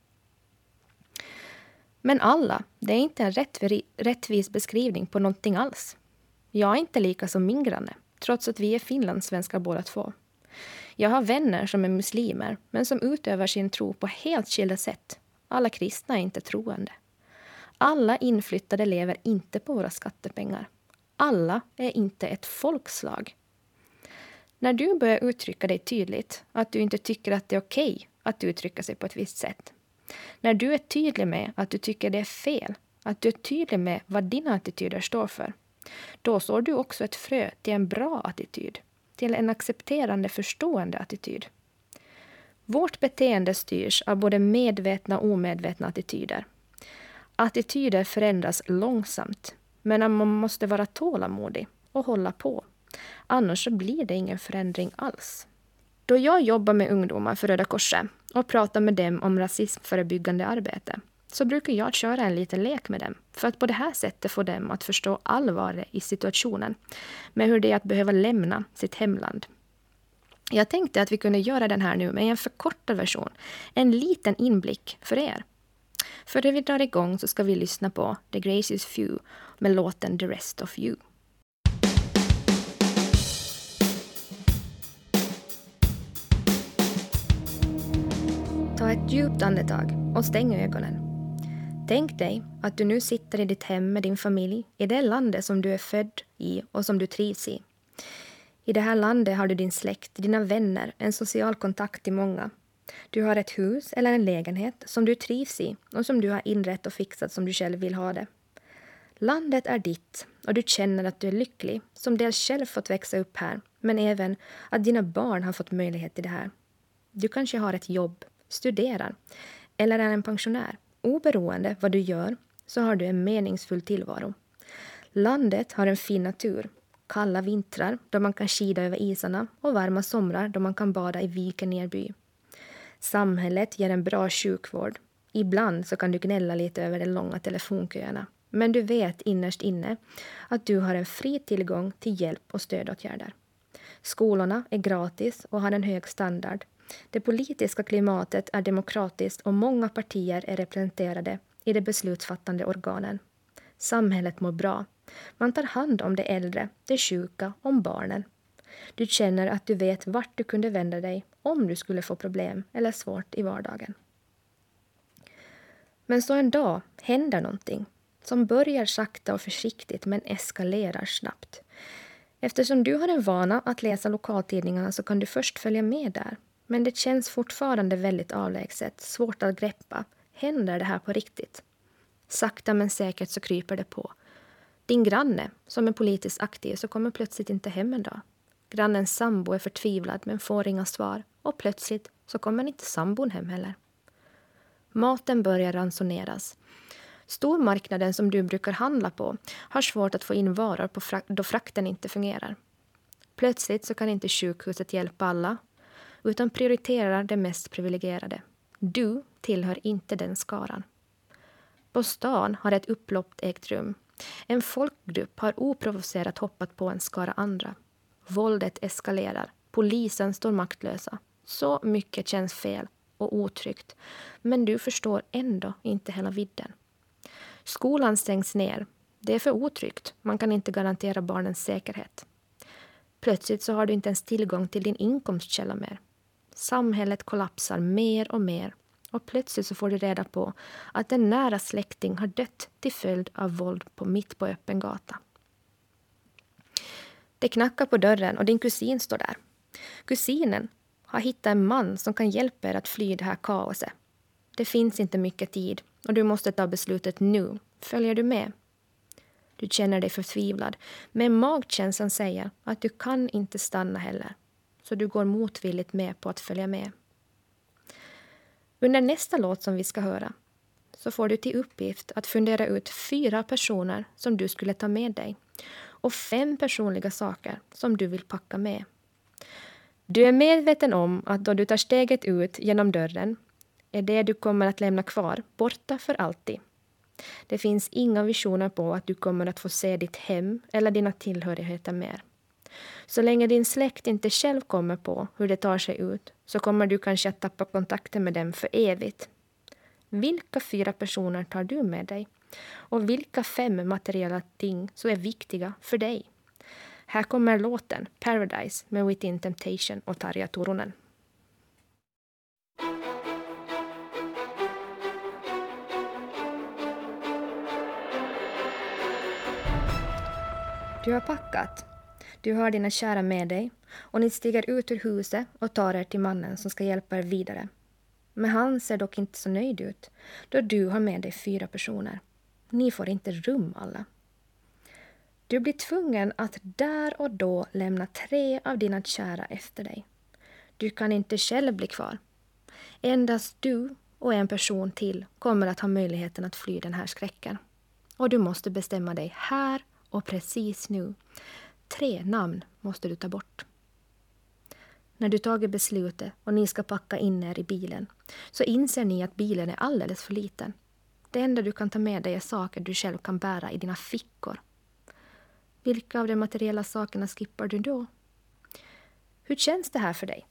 Men alla, det är inte en rättvis beskrivning på någonting alls. Jag är inte lika som min granne, trots att vi är finlandssvenskar båda två. Jag har vänner som är muslimer, men som utövar sin tro på helt skilda sätt. Alla kristna är inte troende. Alla inflyttade lever inte på våra skattepengar. Alla är inte ett folkslag. När du börjar uttrycka dig tydligt att du inte tycker att det är okej att uttrycka sig på ett visst sätt. När du är tydlig med att du tycker det är fel, att du är tydlig med vad dina attityder står för, då sår du också ett frö till en bra attityd, till en accepterande, förstående attityd. Vårt beteende styrs av både medvetna och omedvetna attityder. Attityder förändras långsamt, men man måste vara tålamodig och hålla på. Annars så blir det ingen förändring alls. Då jag jobbar med ungdomar för Röda Korset och pratar med dem om rasismförebyggande arbete, så brukar jag köra en liten lek med dem för att på det här sättet få dem att förstå allvaret i situationen med hur det är att behöva lämna sitt hemland. Jag tänkte att vi kunde göra den här nu med en förkortad version, en liten inblick för er. För när vi drar igång så ska vi lyssna på The Gracious Few med låten The Rest of You. Ta ett djupt andetag och stäng ögonen. Tänk dig att du nu sitter i ditt hem med din familj i det landet som du är född i och som du trivs i. I det här landet har du din släkt, dina vänner, en social kontakt till många. Du har ett hus eller en lägenhet som du trivs i och som du har inrett och fixat som du själv vill ha det. Landet är ditt och du känner att du är lycklig som dels själv fått växa upp här, men även att dina barn har fått möjlighet till det här. Du kanske har ett jobb, studerar eller är en pensionär. Oberoende vad du gör så har du en meningsfull tillvaro. Landet har en fin natur. Kalla vintrar då man kan skida över isarna och varma somrar då man kan bada i viken Nerby. Samhället ger en bra sjukvård. Ibland så kan du gnälla lite över de långa telefonköerna. Men du vet innerst inne att du har en fri tillgång till hjälp och stödåtgärder. Skolorna är gratis och har en hög standard. Det politiska klimatet är demokratiskt och många partier är representerade i de beslutsfattande organen. Samhället mår bra. Man tar hand om de äldre, de sjuka, om barnen. Du känner att du vet vart du kunde vända dig om du skulle få problem eller svårt i vardagen. Men så en dag händer någonting som börjar sakta och försiktigt men eskalerar snabbt. Eftersom du har en vana att läsa lokaltidningarna så kan du först följa med där. Men det känns fortfarande väldigt avlägset, svårt att greppa. Händer det här på riktigt? Sakta men säkert så kryper det på. Din granne, som är politiskt aktiv, så kommer plötsligt inte hem en dag. Grannens sambo är förtvivlad men får inga svar. Och plötsligt så kommer inte sambon hem heller. Maten börjar ransoneras. Stormarknaden som du brukar handla på har svårt att få in varor på frak- då frakten inte fungerar. Plötsligt så kan inte sjukhuset hjälpa alla, utan prioriterar det mest privilegierade. Du tillhör inte den skaran. På stan har ett upplopp ägt rum. En folkgrupp har oprovocerat hoppat på en skara andra. Våldet eskalerar. Polisen står maktlösa. Så mycket känns fel och otryggt. Men du förstår ändå inte hela vidden. Skolan stängs ner. Det är för otryggt. Man kan inte garantera barnens säkerhet. Plötsligt så har du inte ens tillgång till din inkomstkälla mer. Samhället kollapsar mer och mer. Och plötsligt så får du reda på att en nära släkting har dött till följd av våld på mitt på öppen gata. Det knackar på dörren och din kusin står där. Kusinen har hittat en man som kan hjälpa er att fly det här kaoset. Det finns inte mycket tid och du måste ta beslutet nu. Följer du med? Du känner dig förtvivlad, men magkänslan säger att du kan inte stanna heller. Så du går motvilligt med på att följa med. Under nästa låt som vi ska höra så får du till uppgift att fundera ut fyra personer som du skulle ta med dig och fem personliga saker som du vill packa med. Du är medveten om att då du tar steget ut genom dörren är det du kommer att lämna kvar borta för alltid. Det finns inga visioner på att du kommer att få se ditt hem eller dina tillhörigheter mer. Så länge din släkt inte själv kommer på hur det tar sig ut så kommer du kanske att tappa kontakten med dem för evigt. Vilka fyra personer tar du med dig? Och vilka fem materiella ting så är viktiga för dig? Här kommer låten Paradise med Within Temptation och Tarja Turunen. Du har packat. Du har dina kära med dig och ni stiger ut ur huset och tar er till mannen som ska hjälpa er vidare. Men han ser dock inte så nöjd ut då du har med dig fyra personer. Ni får inte rum alla. Du blir tvungen att där och då lämna tre av dina kära efter dig. Du kan inte själv bli kvar. Endast du och en person till kommer att ha möjligheten att fly den här skräcken. Och du måste bestämma dig här och precis nu. Tre namn måste du ta bort. När du tagit beslutet och ni ska packa in er i bilen så inser ni att bilen är alldeles för liten. Det enda du kan ta med dig är saker du själv kan bära i dina fickor. Vilka av de materiella sakerna skippar du då? Hur känns det här för dig?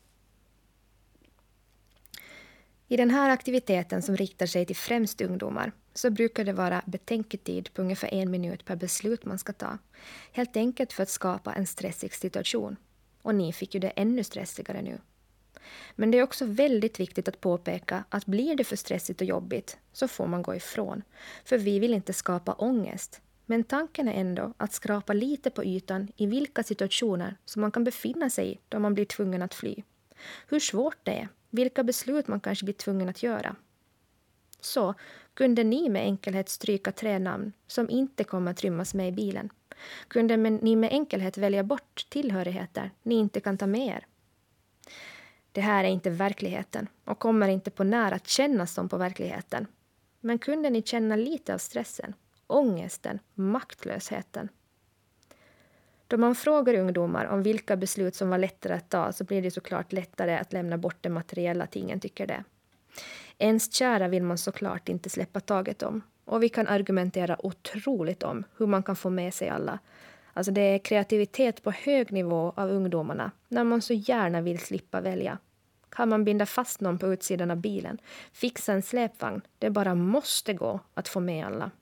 I den här aktiviteten som riktar sig till främst ungdomar så brukar det vara betänketid på ungefär en minut per beslut man ska ta. Helt enkelt för att skapa en stressig situation. Och ni fick ju det ännu stressigare nu. Men det är också väldigt viktigt att påpeka att blir det för stressigt och jobbigt så får man gå ifrån. För vi vill inte skapa ångest. Men tanken är ändå att skrapa lite på ytan i vilka situationer som man kan befinna sig i då man blir tvungen att fly. Hur svårt det är, vilka beslut man kanske blir tvungen att göra. Så kunde ni med enkelhet stryka tre namn som inte kommer att rymmas med i bilen. Kunde ni med enkelhet välja bort tillhörigheter ni inte kan ta med er. Det här är inte verkligheten och kommer inte på nära att kännas som på verkligheten. Men kunde ni känna lite av stressen, ångesten, maktlösheten? Då man frågar ungdomar om vilka beslut som var lättare att ta så blir det såklart lättare att lämna bort de materiella tingen, tycker det. Ens kära vill man såklart inte släppa taget om. Och vi kan argumentera otroligt om hur man kan få med sig alla. Alltså det är kreativitet på hög nivå av ungdomarna när man så gärna vill slippa välja. Kan man binda fast någon på utsidan av bilen, fixa en släpvagn, det bara måste gå att få med alla.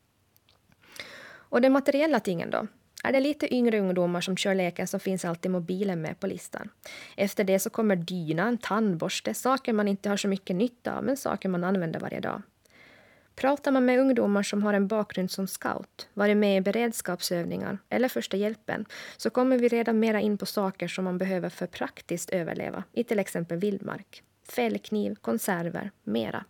Och de materiella tingen då? Är det lite yngre ungdomar som kör leken så finns alltid mobilen med på listan. Efter det så kommer dyna, en tandborste, saker man inte har så mycket nytta av men saker man använder varje dag. Pratar man med ungdomar som har en bakgrund som scout, varit med i beredskapsövningar eller första hjälpen så kommer vi redan mera in på saker som man behöver för praktiskt överleva i till exempel vildmark, fällkniv, konserver, mera.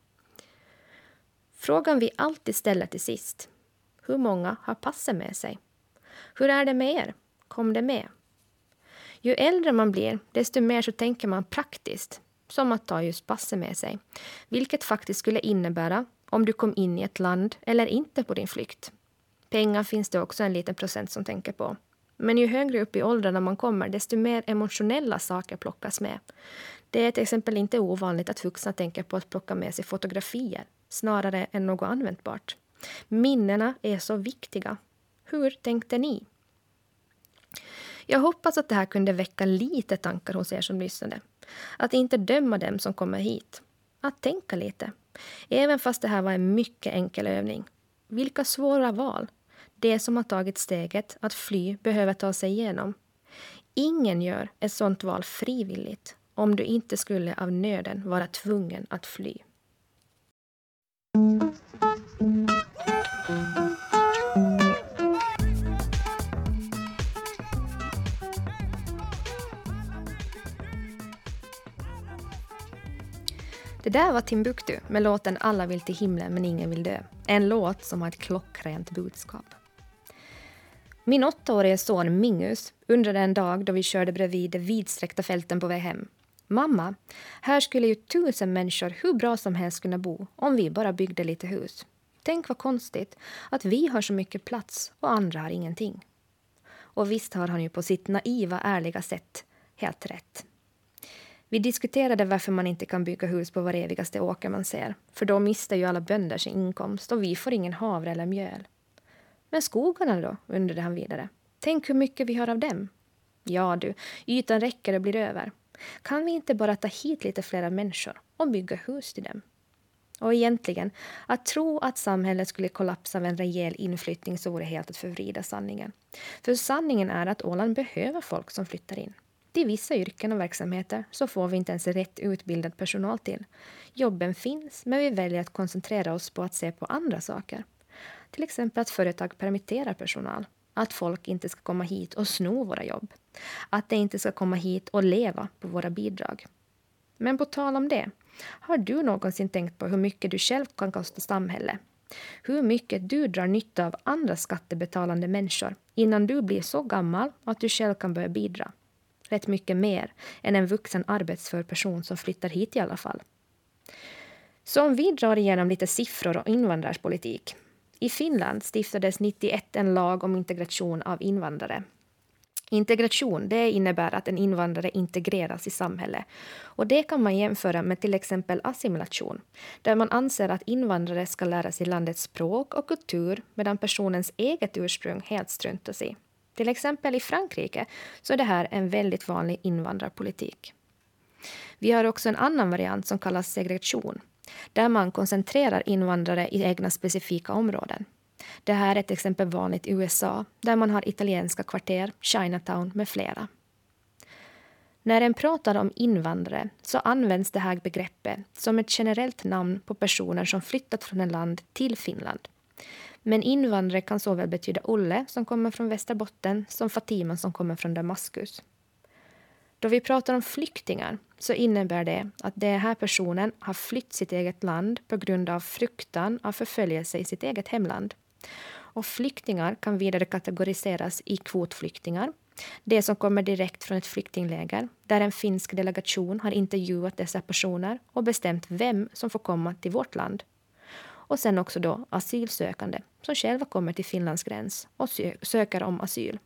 Frågan vi alltid ställer till sist. Hur många har passet med sig? Hur är det med er? Kom det med? Ju äldre man blir, desto mer så tänker man praktiskt, som att ta just passet med sig. Vilket faktiskt skulle innebära om du kom in i ett land eller inte på din flykt. Pengar finns det också en liten procent som tänker på. Men ju högre upp i åldrarna man kommer, desto mer emotionella saker plockas med. Det är till exempel inte ovanligt att vuxna tänker på att plocka med sig fotografier, snarare än något användbart. Minnena är så viktiga. Hur tänkte ni? Jag hoppas att det här kunde väcka lite tankar hos er som lyssnade. Att inte döma dem som kommer hit. Att tänka lite. Även fast det här var en mycket enkel övning. Vilka svåra val. Det som har tagit steget att fly behöver ta sig igenom. Ingen gör ett sånt val frivilligt om du inte skulle av nöden vara tvungen att fly. Det där var Timbuktu med låten Alla vill till himlen men ingen vill dö. En låt som har ett klockrent budskap. Min åttaåriga son Mingus undrade en dag då vi körde bredvid de vidsträckta fälten på väg hem. Mamma, här skulle ju tusen människor hur bra som helst kunna bo om vi bara byggde lite hus. Tänk vad konstigt att vi har så mycket plats och andra har ingenting. Och visst har han ju på sitt naiva, ärliga sätt helt rätt. Vi diskuterade varför man inte kan bygga hus på var evigaste åker man ser. För då mister ju alla bönder sin inkomst och vi får ingen havre eller mjöl. Men skogarna då, undrade han vidare. Tänk hur mycket vi har av dem. Ja du, ytan räcker och blir över. Kan vi inte bara ta hit lite flera människor och bygga hus till dem? Och egentligen, att tro att samhället skulle kollapsa av en rejäl inflyttning så vore helt att förvrida sanningen. För sanningen är att Åland behöver folk som flyttar in. Till vissa yrken och verksamheter så får vi inte ens rätt utbildad personal till. Jobben finns, men vi väljer att koncentrera oss på att se på andra saker. Till exempel att företag permitterar personal. att folk inte ska komma hit och sno våra jobb. Att de inte ska komma hit och leva på våra bidrag. Men på tal om det, har du någonsin tänkt på hur mycket du själv kan kosta samhället? Hur mycket du drar nytta av andra skattebetalande människor innan du blir så gammal att du själv kan börja bidra? Rätt mycket mer än en vuxen arbetsför person som flyttar hit i alla fall. Så om vi drar igenom lite siffror och invandrarpolitik. I Finland stiftades nittioett en lag om integration av invandrare. Integration, det innebär att en invandrare integreras i samhället. Och det kan man jämföra med till exempel assimilation, där man anser att invandrare ska lära sig landets språk och kultur medan personens eget ursprung helt struntas i. Till exempel i Frankrike så är det här en väldigt vanlig invandrarpolitik. Vi har också en annan variant som kallas segregation, där man koncentrerar invandrare i egna specifika områden. Det här är ett exempel vanligt i U S A, där man har italienska kvarter, Chinatown med flera. När en pratar om invandrare så används det här begreppet som ett generellt namn på personer som flyttat från en land till Finland. Men invandrare kan såväl betyda Olle som kommer från Västerbotten som Fatima som kommer från Damaskus. Då vi pratar om flyktingar så innebär det att den här personen har flytt sitt eget land på grund av fruktan av förföljelse i sitt eget hemland. Och flyktingar kan vidare kategoriseras i kvotflyktingar. Det som kommer direkt från ett flyktingläger där en finsk delegation har intervjuat dessa personer och bestämt vem som får komma till vårt land. Och sen också då asylsökande som själva kommer till Finlands gräns och sö- söker om asyl.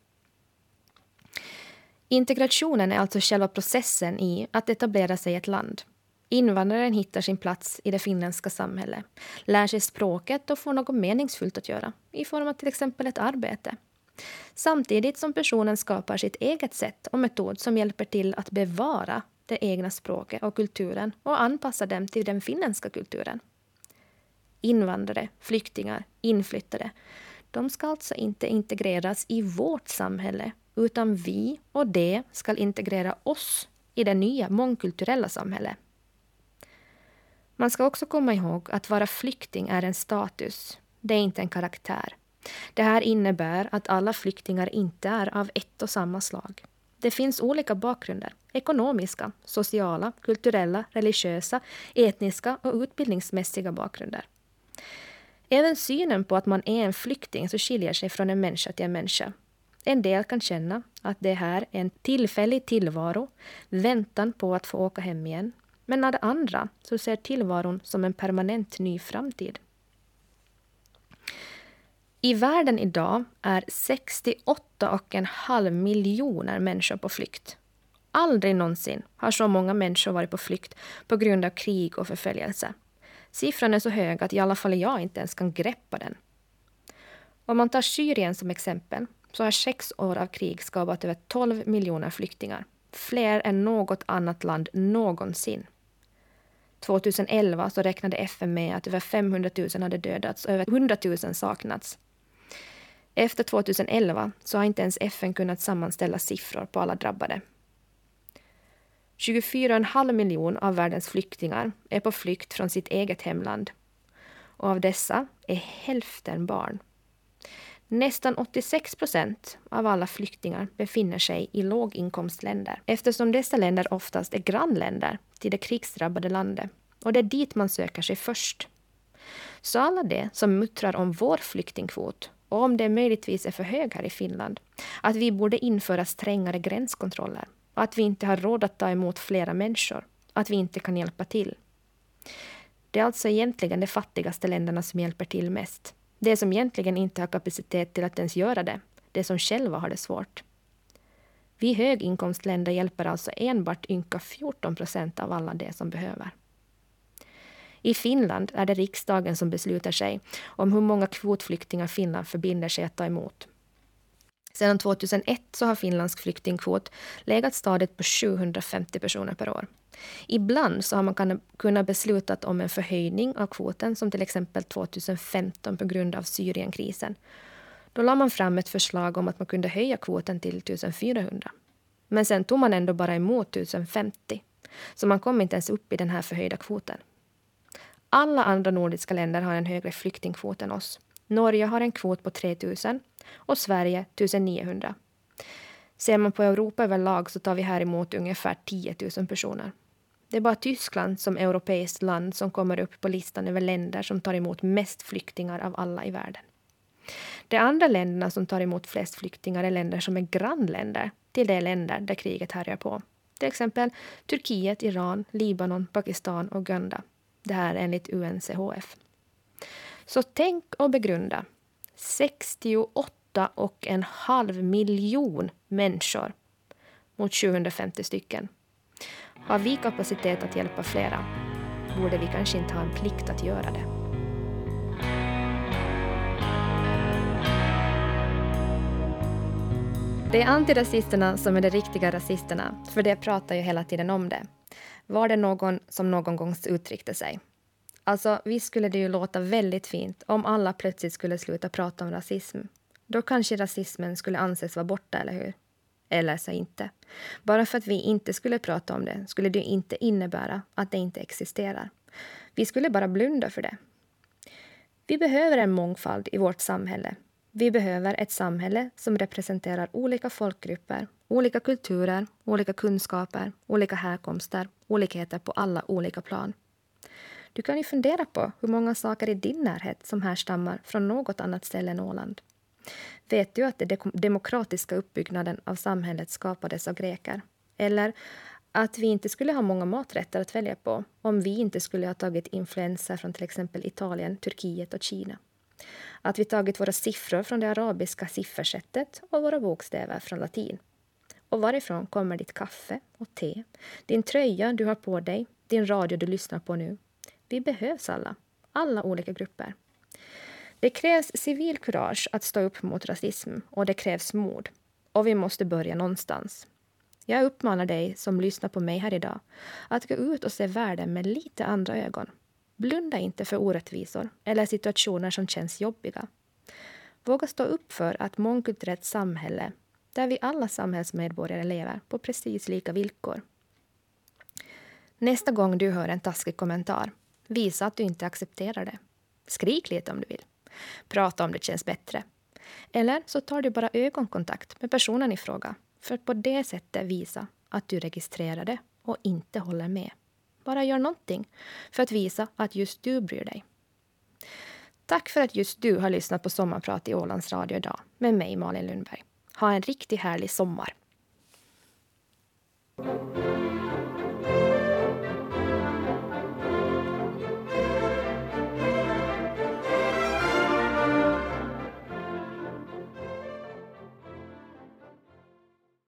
Integrationen är alltså själva processen i att etablera sig i ett land. Invandraren hittar sin plats i det finländska samhället, lär sig språket och får något meningsfullt att göra, i form av till exempel ett arbete. Samtidigt som personen skapar sitt eget sätt och metod som hjälper till att bevara det egna språket och kulturen och anpassa dem till den finländska kulturen. Invandrare, flyktingar, inflyttade, de ska alltså inte integreras i vårt samhälle, utan vi och de ska integrera oss i det nya mångkulturella samhället. Man ska också komma ihåg att vara flykting är en status. Det är inte en karaktär. Det här innebär att alla flyktingar inte är av ett och samma slag. Det finns olika bakgrunder. Ekonomiska, sociala, kulturella, religiösa, etniska och utbildningsmässiga bakgrunder. Även synen på att man är en flykting så skiljer sig från en människa till en människa. En del kan känna att det här är en tillfällig tillvaro, väntan på att få åka hem igen. Men när det andra så ser tillvaron som en permanent ny framtid. I världen idag är sextioåtta komma fem miljoner människor på flykt. Aldrig någonsin har så många människor varit på flykt på grund av krig och förföljelse. Siffran är så hög att i alla fall jag inte ens kan greppa den. Om man tar Syrien som exempel så har sex år av krig skapat över tolv miljoner flyktingar. Fler än något annat land någonsin. tjugoelva så räknade F N med att över femhundratusen hade dödats och över hundratusen saknats. Efter tjugoelva så har inte ens F N kunnat sammanställa siffror på alla drabbade. tjugofyra komma fem miljoner av världens flyktingar är på flykt från sitt eget hemland. Och av dessa är hälften barn. Nästan åttiosex procent av alla flyktingar befinner sig i låginkomstländer eftersom dessa länder oftast är grannländer till det krigsdrabbade landet och det är dit man söker sig först. Så alla det som muttrar om vår flyktingkvot och om det möjligtvis är för hög här i Finland, att vi borde införa strängare gränskontroller och att vi inte har råd att ta emot flera människor, att vi inte kan hjälpa till. Det är alltså egentligen de fattigaste länderna som hjälper till mest. Det som egentligen inte har kapacitet till att ens göra det. Det som själva har det svårt. Vi höginkomstländer hjälper alltså enbart ynka fjorton procent av alla det som behöver. I Finland är det riksdagen som beslutar sig om hur många kvotflyktingar Finland förbinder sig att ta emot. Sedan tjugohundraett så har Finlands flyktingkvot legat stadigt på sjuhundrafemtio personer per år. Ibland så har man kunnat besluta om en förhöjning av kvoten som till exempel tjugohundrafemton på grund av Syrienkrisen. Då la man fram ett förslag om att man kunde höja kvoten till fjortonhundra. Men sen tog man ändå bara emot tusenfemtio. Så man kom inte ens upp i den här förhöjda kvoten. Alla andra nordiska länder har en högre flyktingkvot än oss. Norge har en kvot på tre tusen och Sverige niohundra. Ser man på Europa överlag så tar vi här emot ungefär tio tusen personer. Det är bara Tyskland som europeiskt land som kommer upp på listan över länder som tar emot mest flyktingar av alla i världen. De andra länderna som tar emot flest flyktingar är länder som är grannländer till de länder där kriget härjar på. Till exempel Turkiet, Iran, Libanon, Pakistan och Uganda. Det här är enligt U N C H F. Så tänk och begrunda. sextioåtta och en halv miljon människor mot sjuhundrafemtio stycken. Har vi kapacitet att hjälpa flera? Borde vi kanske inte ha en plikt att göra det? Det är antirasisterna som är de riktiga rasisterna, för det pratar ju hela tiden om det. Var det någon som någon gång uttryckte sig? Alltså, visst skulle det ju låta väldigt fint om alla plötsligt skulle sluta prata om rasism. Då kanske rasismen skulle anses vara borta, eller hur? Eller så inte. Bara för att vi inte skulle prata om det skulle det inte innebära att det inte existerar. Vi skulle bara blunda för det. Vi behöver en mångfald i vårt samhälle. Vi behöver ett samhälle som representerar olika folkgrupper, olika kulturer, olika kunskaper, olika härkomster, olikheter på alla olika plan. Du kan ju fundera på hur många saker i din närhet som härstammar från något annat ställe än Åland. Vet du att den demokratiska uppbyggnaden av samhället skapades av greker? Eller att vi inte skulle ha många maträtter att välja på om vi inte skulle ha tagit influenser från till exempel Italien, Turkiet och Kina? Att vi tagit våra siffror från det arabiska siffersättet och våra bokstäver från latin. Och varifrån kommer ditt kaffe och te, din tröja du har på dig, din radio du lyssnar på nu? Vi behövs alla, alla olika grupper. Det krävs civilkurage att stå upp mot rasism och det krävs mod. Och vi måste börja någonstans. Jag uppmanar dig som lyssnar på mig här idag att gå ut och se världen med lite andra ögon. Blunda inte för orättvisor eller situationer som känns jobbiga. Våga stå upp för att mångkulturellt samhälle där vi alla samhällsmedborgare lever på precis lika villkor. Nästa gång du hör en taskig kommentar, visa att du inte accepterar det. Skrik lite om du vill. Prata om det känns bättre. Eller så tar du bara ögonkontakt med personen i fråga för att på det sättet visa att du registrerar det och inte håller med. Bara gör någonting för att visa att just du bryr dig. Tack för att just du har lyssnat på Sommarprat i Ålands Radio idag med mig Malin Lundberg. Ha en riktigt härlig sommar.